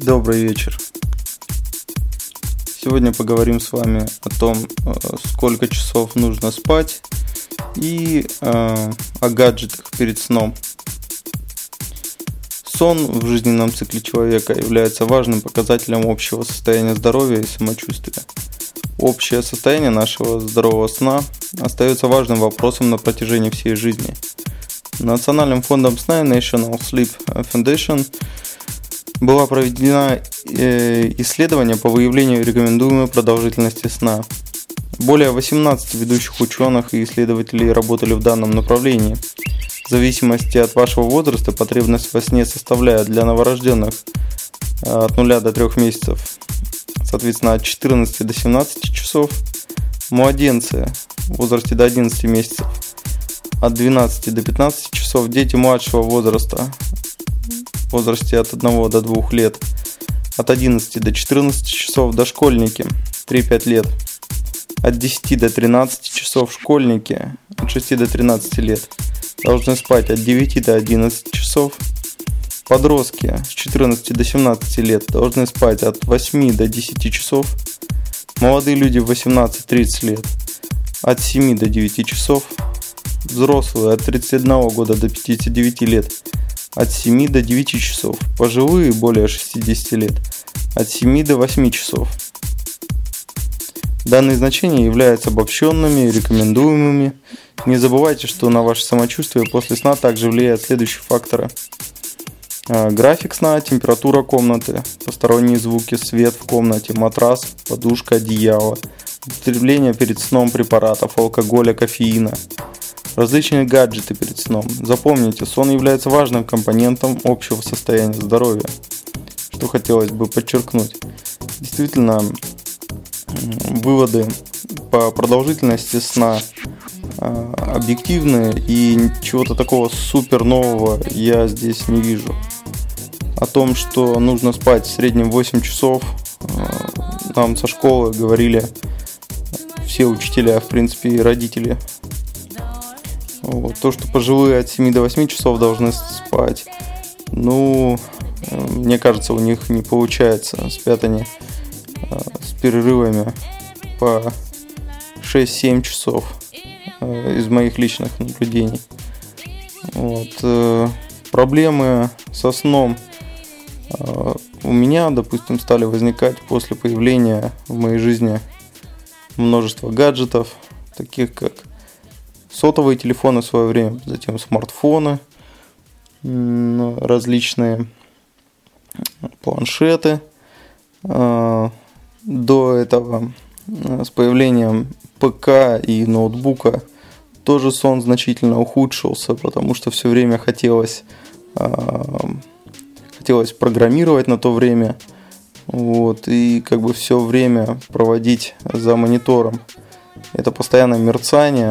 Добрый вечер. Сегодня поговорим с вами о том, сколько часов нужно спать и о гаджетах перед сном. Сон в жизненном цикле человека является важным показателем общего состояния здоровья и самочувствия. Общее состояние нашего здорового сна остается важным вопросом на протяжении всей жизни. Национальным фондом сна National Sleep Foundation было проведено исследование по выявлению рекомендуемой продолжительности сна. Более 18 ведущих ученых и исследователей работали в данном направлении. В зависимости от вашего возраста потребность во сне составляет для новорожденных от 0 до 3 месяцев, соответственно, от 14 до 17 часов, младенцы в возрасте до 11 месяцев от 12 до 15 часов, дети младшего возраста в возрасте от 1 до 2 лет от 11 до 14 часов, дошкольники 3-5 лет от 10 до 13 часов, школьники от 6 до 13 лет должны спать от 9 до 11 часов, подростки с 14 до 17 лет должны спать от 8 до 10 часов, молодые люди в 18-30 лет от 7 до 9 часов, взрослые от 31 года до 59 лет от 7 до 9 часов, пожилые более 60 лет от 7 до 8 часов. Данные значения являются обобщенными и рекомендуемыми. Не забывайте, что на ваше самочувствие после сна также влияют следующие факторы: график сна, температура комнаты, посторонние звуки, свет в комнате, матрас, подушка, одеяло, употребление перед сном препаратов, алкоголя, кофеина, различные гаджеты перед сном. Запомните, сон является важным компонентом общего состояния здоровья. Что хотелось бы подчеркнуть. Действительно, выводы по продолжительности сна объективные, и чего-то такого супер нового я здесь не вижу. О том, что нужно спать в среднем 8 часов, нам со школы говорили все учителя, в принципе, и родители. То, что пожилые от 7 до 8 часов должны спать, мне кажется, у них не получается. Спят они с перерывами по 6-7 часов из моих личных наблюдений. Проблемы со сном у меня, допустим, стали возникать после появления в моей жизни множества гаджетов, таких как сотовые телефоны в свое время, затем смартфоны, различные планшеты. До этого с появлением ПК и ноутбука тоже сон значительно ухудшился, потому что все время хотелось программировать на то время, и все время проводить за монитором. Это постоянное мерцание,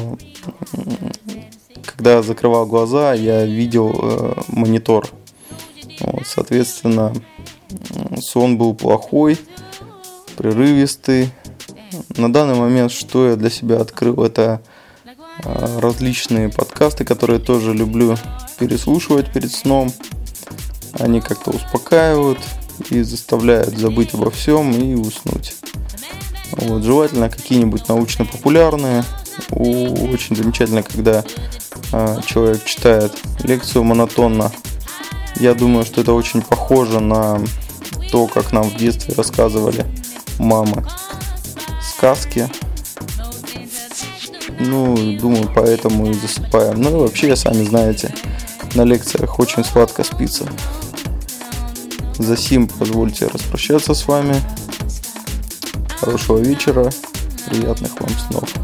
когда я закрывал глаза, я видел монитор. Соответственно, сон был плохой, прерывистый. На данный момент, что я для себя открыл, это различные подкасты, которые тоже люблю переслушивать перед сном. Они как-то успокаивают и заставляют забыть обо всем и уснуть. Желательно какие-нибудь научно-популярные. Очень замечательно, когда человек читает лекцию монотонно. Я думаю, что это очень похоже на то, как нам в детстве рассказывали мамы сказки. Думаю, поэтому и засыпаем. И вообще, сами знаете, на лекциях очень сладко спится. Засим позвольте распрощаться с вами. Хорошего вечера, приятных вам снов.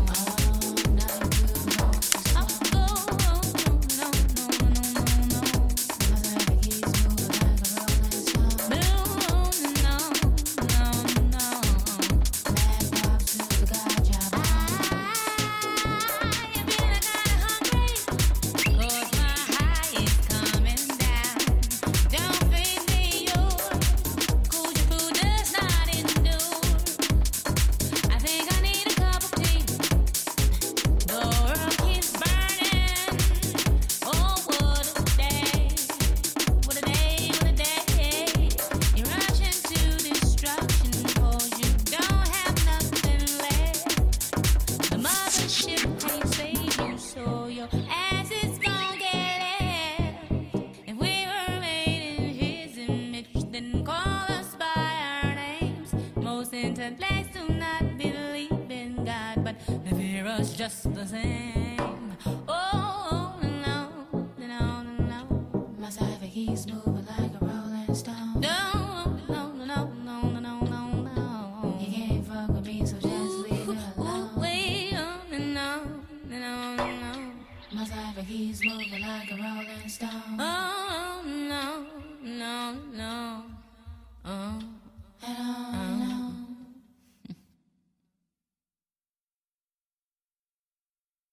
mental place to not believe in God, but they fear us just the same. Oh, no, no, no, no. My side keeps moving like a rolling stone. No, no, no, no, no, no, no, no. You can't fuck with me, so just leave it alone. Wait, no, no, no. My side keeps moving like a rolling stone. Oh, no, no, no.